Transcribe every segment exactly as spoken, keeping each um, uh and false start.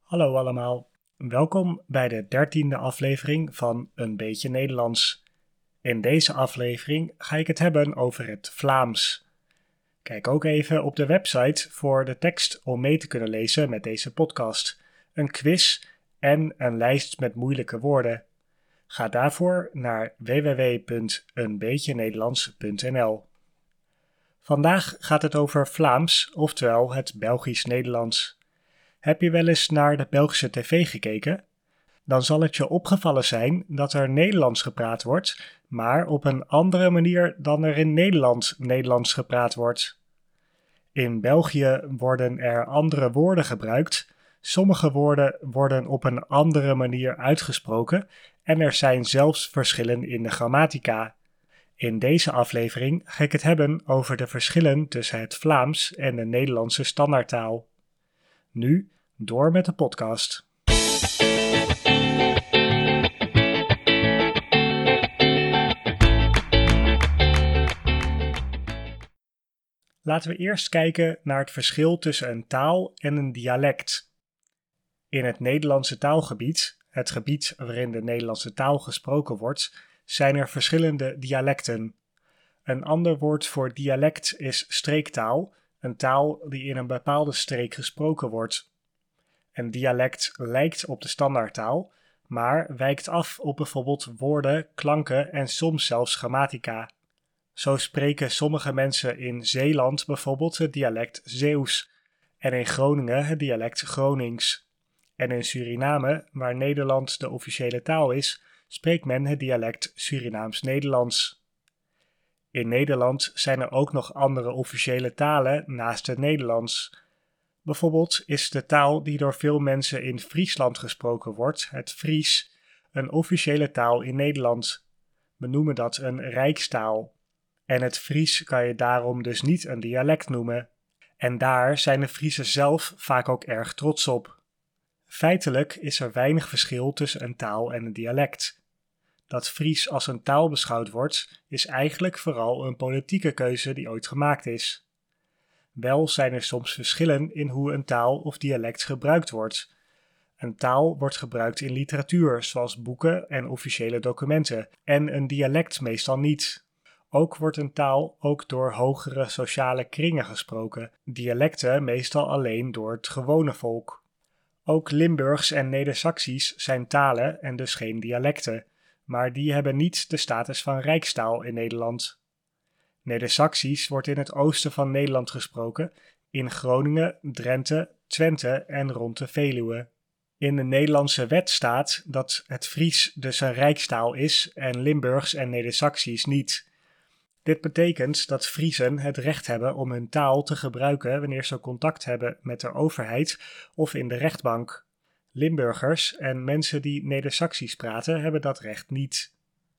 Hallo allemaal, welkom bij de dertiende aflevering van Een Beetje Nederlands. In deze aflevering ga ik het hebben over het Vlaams. Kijk ook even op de website voor de tekst om mee te kunnen lezen met deze podcast, een quiz en een lijst met moeilijke woorden. Ga daarvoor naar w w w punt een beetje nederlands punt n l. Vandaag gaat het over Vlaams, oftewel het Belgisch-Nederlands. Heb je wel eens naar de Belgische tv gekeken? Dan zal het je opgevallen zijn dat er Nederlands gepraat wordt, maar op een andere manier dan er in Nederland Nederlands gepraat wordt. In België worden er andere woorden gebruikt, sommige woorden worden op een andere manier uitgesproken en er zijn zelfs verschillen in de grammatica. In deze aflevering ga ik het hebben over de verschillen tussen het Vlaams en de Nederlandse standaardtaal. Nu door met de podcast. Laten we eerst kijken naar het verschil tussen een taal en een dialect. In het Nederlandse taalgebied, het gebied waarin de Nederlandse taal gesproken wordt, zijn er verschillende dialecten. Een ander woord voor dialect is streektaal, een taal die in een bepaalde streek gesproken wordt. Een dialect lijkt op de standaardtaal, maar wijkt af op bijvoorbeeld woorden, klanken en soms zelfs grammatica. Zo spreken sommige mensen in Zeeland bijvoorbeeld het dialect Zeeuws en in Groningen het dialect Gronings. En in Suriname, waar Nederlands de officiële taal is, spreekt men het dialect Surinaams-Nederlands. In Nederland zijn er ook nog andere officiële talen naast het Nederlands. Bijvoorbeeld is de taal die door veel mensen in Friesland gesproken wordt, het Fries, een officiële taal in Nederland. We noemen dat een rijkstaal. En het Fries kan je daarom dus niet een dialect noemen. En daar zijn de Friezen zelf vaak ook erg trots op. Feitelijk is er weinig verschil tussen een taal en een dialect. Dat Fries als een taal beschouwd wordt, is eigenlijk vooral een politieke keuze die ooit gemaakt is. Wel zijn er soms verschillen in hoe een taal of dialect gebruikt wordt. Een taal wordt gebruikt in literatuur, zoals boeken en officiële documenten, en een dialect meestal niet. Ook wordt een taal ook door hogere sociale kringen gesproken, dialecten meestal alleen door het gewone volk. Ook Limburgs en Neder-Saksisch zijn talen en dus geen dialecten, maar die hebben niet de status van rijkstaal in Nederland. Neder-Saksisch wordt in het oosten van Nederland gesproken, in Groningen, Drenthe, Twente en rond de Veluwe. In de Nederlandse wet staat dat het Fries dus een rijkstaal is en Limburgs en Neder-Saksisch niet. Dit betekent dat Friezen het recht hebben om hun taal te gebruiken wanneer ze contact hebben met de overheid of in de rechtbank. Limburgers en mensen die Neder-Saksisch praten hebben dat recht niet.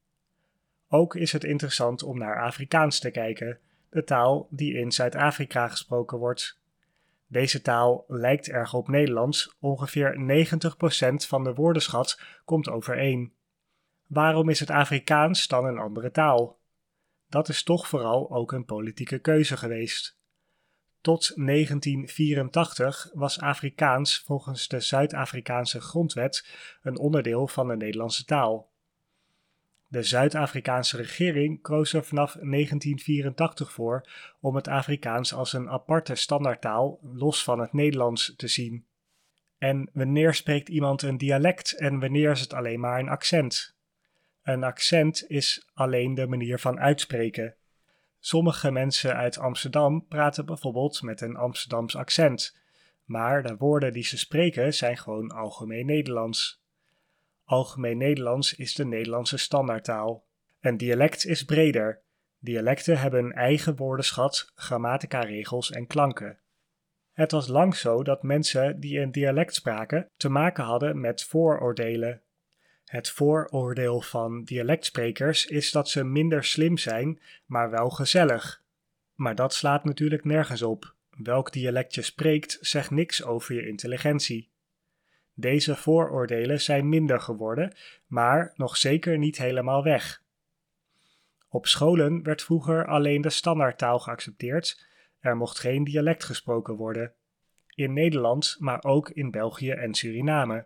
Ook is het interessant om naar Afrikaans te kijken, de taal die in Zuid-Afrika gesproken wordt. Deze taal lijkt erg op Nederlands, ongeveer negentig procent van de woordenschat komt overeen. Waarom is het Afrikaans dan een andere taal? Dat is toch vooral ook een politieke keuze geweest. Tot negentien vierentachtig was Afrikaans volgens de Zuid-Afrikaanse grondwet een onderdeel van de Nederlandse taal. De Zuid-Afrikaanse regering koos er vanaf negentien vierentachtig voor om het Afrikaans als een aparte standaardtaal los van het Nederlands te zien. En wanneer spreekt iemand een dialect en wanneer is het alleen maar een accent? Een accent is alleen de manier van uitspreken. Sommige mensen uit Amsterdam praten bijvoorbeeld met een Amsterdams accent, maar de woorden die ze spreken zijn gewoon algemeen Nederlands. Algemeen Nederlands is de Nederlandse standaardtaal. Een dialect is breder. Dialecten hebben een eigen woordenschat, grammatica-regels en klanken. Het was lang zo dat mensen die een dialect spraken te maken hadden met vooroordelen. Het vooroordeel van dialectsprekers is dat ze minder slim zijn, maar wel gezellig. Maar dat slaat natuurlijk nergens op. Welk dialect je spreekt zegt niks over je intelligentie. Deze vooroordelen zijn minder geworden, maar nog zeker niet helemaal weg. Op scholen werd vroeger alleen de standaardtaal geaccepteerd, er mocht geen dialect gesproken worden. in Nederland, maar ook in België en Suriname.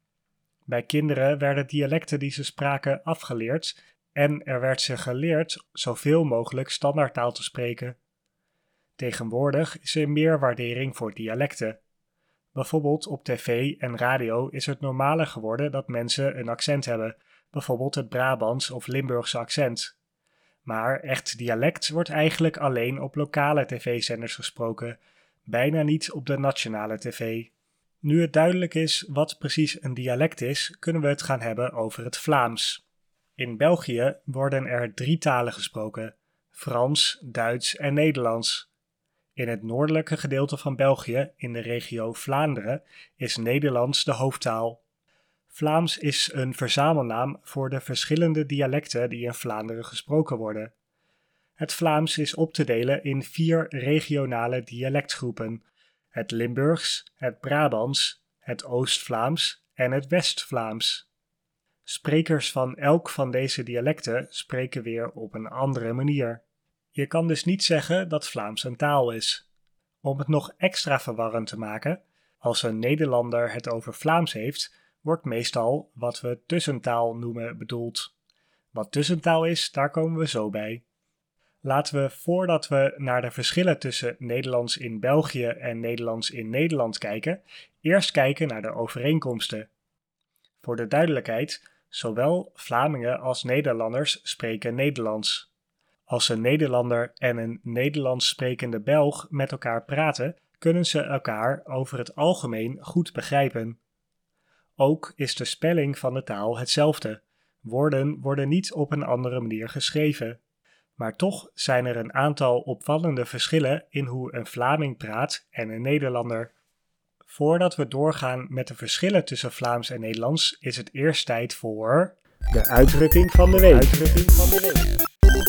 Bij kinderen werden dialecten die ze spraken afgeleerd en er werd ze geleerd zoveel mogelijk standaardtaal te spreken. Tegenwoordig is er meer waardering voor dialecten. Bijvoorbeeld op tv en radio is het normaler geworden dat mensen een accent hebben, bijvoorbeeld het Brabants of Limburgse accent. Maar echt dialect wordt eigenlijk alleen op lokale tv-zenders gesproken, bijna niet op de nationale tv. Nu het duidelijk is wat precies een dialect is, kunnen we het gaan hebben over het Vlaams. In België worden er drie talen gesproken: Frans, Duits en Nederlands. In het noordelijke gedeelte van België, in de regio Vlaanderen, is Nederlands de hoofdtaal. Vlaams is een verzamelnaam voor de verschillende dialecten die in Vlaanderen gesproken worden. Het Vlaams is op te delen in vier regionale dialectgroepen: het Limburgs, het Brabants, het Oost-Vlaams en het West-Vlaams. Sprekers van elk van deze dialecten spreken weer op een andere manier. Je kan dus niet zeggen dat Vlaams een taal is. Om het nog extra verwarrend te maken, als een Nederlander het over Vlaams heeft, wordt meestal wat we tussentaal noemen bedoeld. Wat tussentaal is, daar komen we zo bij. Laten we, voordat we naar de verschillen tussen Nederlands in België en Nederlands in Nederland kijken, eerst kijken naar de overeenkomsten. Voor de duidelijkheid, zowel Vlamingen als Nederlanders spreken Nederlands. Als een Nederlander en een Nederlands sprekende Belg met elkaar praten, kunnen ze elkaar over het algemeen goed begrijpen. Ook is de spelling van de taal hetzelfde. Woorden worden niet op een andere manier geschreven. Maar toch zijn er een aantal opvallende verschillen in hoe een Vlaming praat en een Nederlander. Voordat we doorgaan met de verschillen tussen Vlaams en Nederlands, is het eerst tijd voor de uitdrukking van de week. Uitdrukking van de week.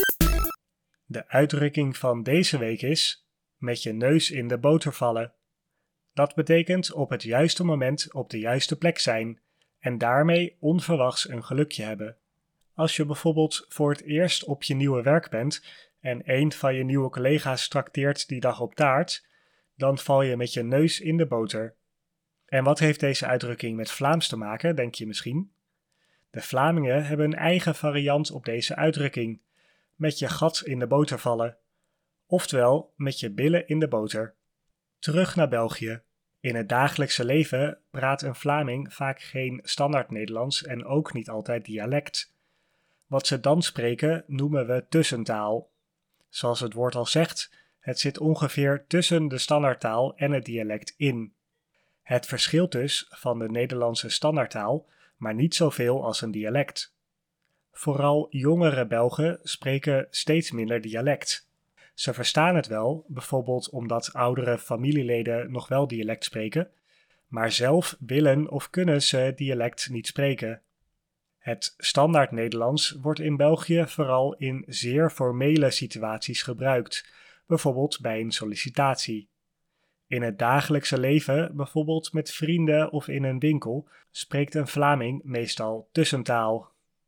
De uitdrukking van deze week is met je neus in de boter vallen. Dat betekent op het juiste moment op de juiste plek zijn en daarmee onverwachts een gelukje hebben. Als je bijvoorbeeld voor het eerst op je nieuwe werk bent en een van je nieuwe collega's trakteert die dag op taart, dan val je met je neus in de boter. En wat heeft deze uitdrukking met Vlaams te maken, denk je misschien? De Vlamingen hebben een eigen variant op deze uitdrukking: met je gat in de boter vallen. Oftewel, met je billen in de boter. Terug naar België. In het dagelijkse leven praat een Vlaming vaak geen standaard Nederlands en ook niet altijd dialect. Wat ze dan spreken noemen we tussentaal. Zoals het woord al zegt, het zit ongeveer tussen de standaardtaal en het dialect in. Het verschilt dus van de Nederlandse standaardtaal, maar niet zoveel als een dialect. Vooral jongere Belgen spreken steeds minder dialect. Ze verstaan het wel, bijvoorbeeld omdat oudere familieleden nog wel dialect spreken, maar zelf willen of kunnen ze dialect niet spreken. Het standaard Nederlands wordt in België vooral in zeer formele situaties gebruikt, bijvoorbeeld bij een sollicitatie. In het dagelijkse leven, bijvoorbeeld met vrienden of in een winkel, spreekt een Vlaming meestal tussentaal.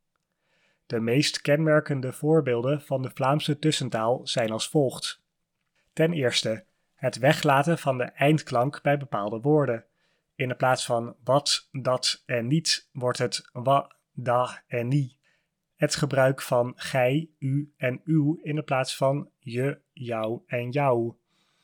De meest kenmerkende voorbeelden van de Vlaamse tussentaal zijn als volgt. Ten eerste, het weglaten van de eindklank bij bepaalde woorden. In de plaats van wat, dat en niet wordt het wa, da en nie. Het gebruik van gij, u en uw in de plaats van je, jou en jou.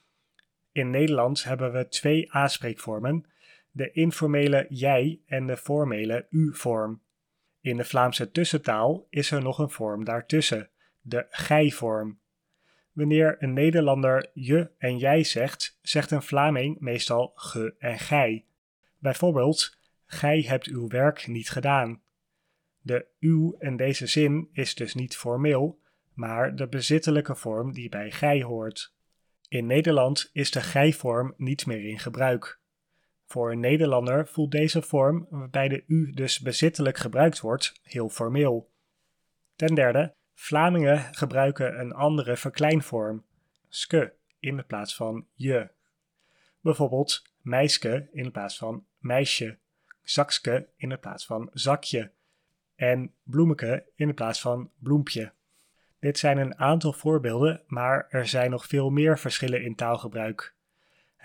In Nederland hebben we twee aanspreekvormen, de informele jij en de formele u-vorm. In de Vlaamse tussentaal is er nog een vorm daartussen, de gij-vorm. Wanneer een Nederlander je en jij zegt, zegt een Vlaming meestal ge en gij. Bijvoorbeeld, gij hebt uw werk niet gedaan. De uw in deze zin is dus niet formeel, maar de bezittelijke vorm die bij gij hoort. In Nederland is de gij-vorm niet meer in gebruik. Voor een Nederlander voelt deze vorm, waarbij de u dus bezittelijk gebruikt wordt, heel formeel. Ten derde, Vlamingen gebruiken een andere verkleinvorm, ske, in de plaats van je. Bijvoorbeeld meiske in de plaats van meisje, zakske in de plaats van zakje en bloemeke in de plaats van bloempje. Dit zijn een aantal voorbeelden, maar er zijn nog veel meer verschillen in taalgebruik.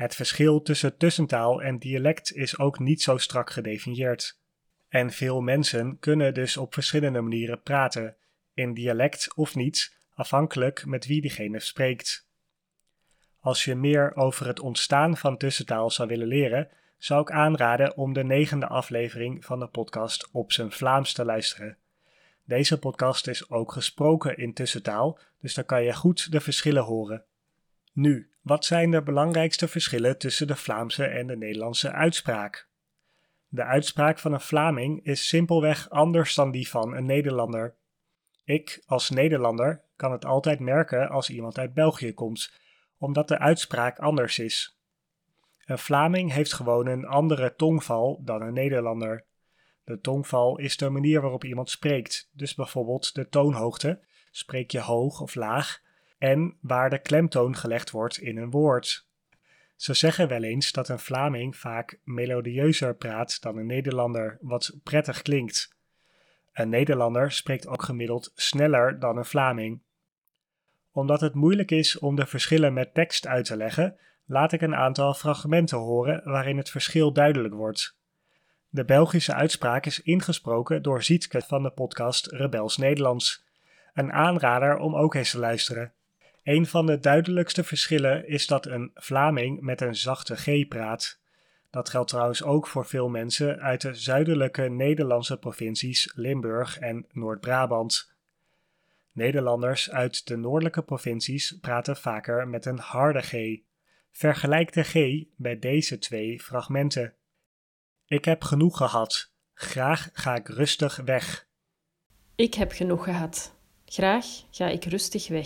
Het verschil tussen tussentaal en dialect is ook niet zo strak gedefinieerd. En veel mensen kunnen dus op verschillende manieren praten, in dialect of niet, afhankelijk met wie diegene spreekt. Als je meer over het ontstaan van tussentaal zou willen leren, zou ik aanraden om de negende aflevering van de podcast Op zijn Vlaams te luisteren. Deze podcast is ook gesproken in tussentaal, dus dan kan je goed de verschillen horen. Nu, wat zijn de belangrijkste verschillen tussen de Vlaamse en de Nederlandse uitspraak? De uitspraak van een Vlaming is simpelweg anders dan die van een Nederlander. Ik, als Nederlander, kan het altijd merken als iemand uit België komt, omdat de uitspraak anders is. Een Vlaming heeft gewoon een andere tongval dan een Nederlander. De tongval is de manier waarop iemand spreekt, dus bijvoorbeeld de toonhoogte, spreek je hoog of laag, en waar de klemtoon gelegd wordt in een woord. Ze zeggen wel eens dat een Vlaming vaak melodieuzer praat dan een Nederlander, wat prettig klinkt. Een Nederlander spreekt ook gemiddeld sneller dan een Vlaming. Omdat het moeilijk is om de verschillen met tekst uit te leggen, laat ik een aantal fragmenten horen waarin het verschil duidelijk wordt. De Belgische uitspraak is ingesproken door Sietke van de podcast Rebels Nederlands. Een aanrader om ook eens te luisteren. Een van de duidelijkste verschillen is dat een Vlaming met een zachte G praat. Dat geldt trouwens ook voor veel mensen uit de zuidelijke Nederlandse provincies Limburg en Noord-Brabant. Nederlanders uit de noordelijke provincies praten vaker met een harde G. Vergelijk de G bij deze twee fragmenten. Ik heb genoeg gehad. Graag ga ik rustig weg. Ik heb genoeg gehad. Graag ga ik rustig weg.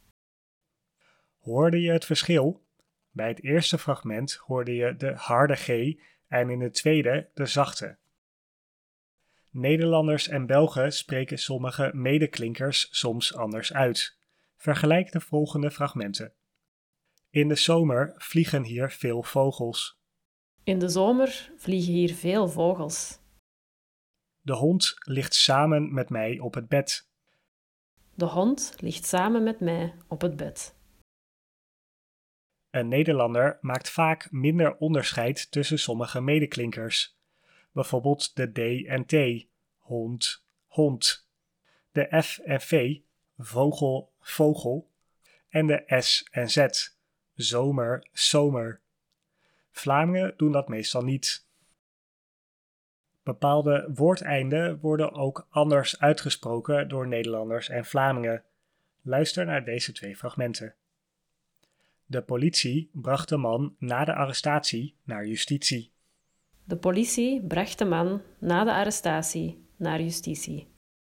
Hoorde je het verschil? Bij het eerste fragment hoorde je de harde G en in het tweede de zachte. Nederlanders en Belgen spreken sommige medeklinkers soms anders uit. Vergelijk de volgende fragmenten. In de zomer vliegen hier veel vogels. In de zomer vliegen hier veel vogels. De hond ligt samen met mij op het bed. De hond ligt samen met mij op het bed. Een Nederlander maakt vaak minder onderscheid tussen sommige medeklinkers. Bijvoorbeeld de D en T, hond, hond. De F en V, vogel, vogel. En de S en Z, zomer, zomer. Vlamingen doen dat meestal niet. Bepaalde woordeinden worden ook anders uitgesproken door Nederlanders en Vlamingen. Luister naar deze twee fragmenten. De politie bracht de man na de arrestatie naar justitie. De politie bracht de man na de arrestatie naar justitie.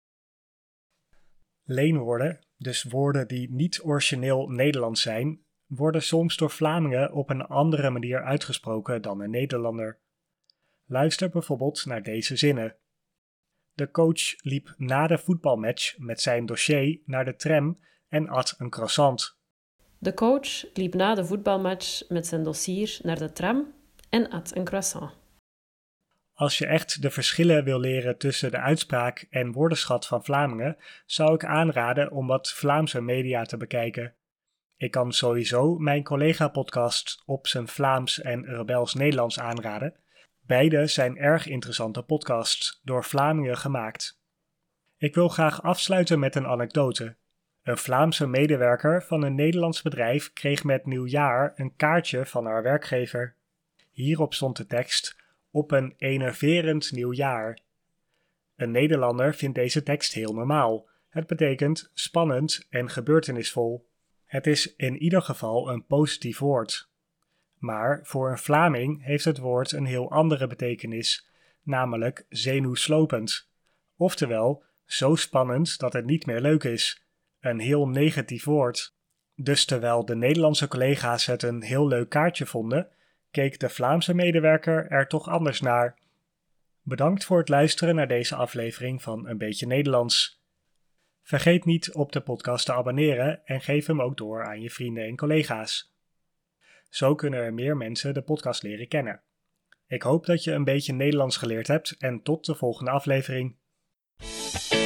Leenwoorden, dus woorden die niet origineel Nederlands zijn, worden soms door Vlamingen op een andere manier uitgesproken dan een Nederlander. Luister bijvoorbeeld naar deze zinnen. De coach liep na de voetbalmatch met zijn dossier naar de tram en at een croissant. De coach liep na de voetbalmatch met zijn dossier naar de tram en at een croissant. Als je echt de verschillen wil leren tussen de uitspraak en woordenschat van Vlamingen, zou ik aanraden om wat Vlaamse media te bekijken. Ik kan sowieso mijn collega-podcast Op zijn Vlaams en Rebels Nederlands aanraden. Beide zijn erg interessante podcasts, door Vlamingen gemaakt. Ik wil graag afsluiten met een anekdote. Een Vlaamse medewerker van een Nederlands bedrijf kreeg met nieuwjaar een kaartje van haar werkgever. Hierop stond de tekst: op een enerverend nieuwjaar. Een Nederlander vindt deze tekst heel normaal. Het betekent spannend en gebeurtenisvol. Het is in ieder geval een positief woord. Maar voor een Vlaming heeft het woord een heel andere betekenis, namelijk zenuwslopend. Oftewel, zo spannend dat het niet meer leuk is. Een heel negatief woord. Dus terwijl de Nederlandse collega's het een heel leuk kaartje vonden, keek de Vlaamse medewerker er toch anders naar. Bedankt voor het luisteren naar deze aflevering van Een Beetje Nederlands. Vergeet niet op de podcast te abonneren en geef hem ook door aan je vrienden en collega's. Zo kunnen er meer mensen de podcast leren kennen. Ik hoop dat je een beetje Nederlands geleerd hebt en tot de volgende aflevering.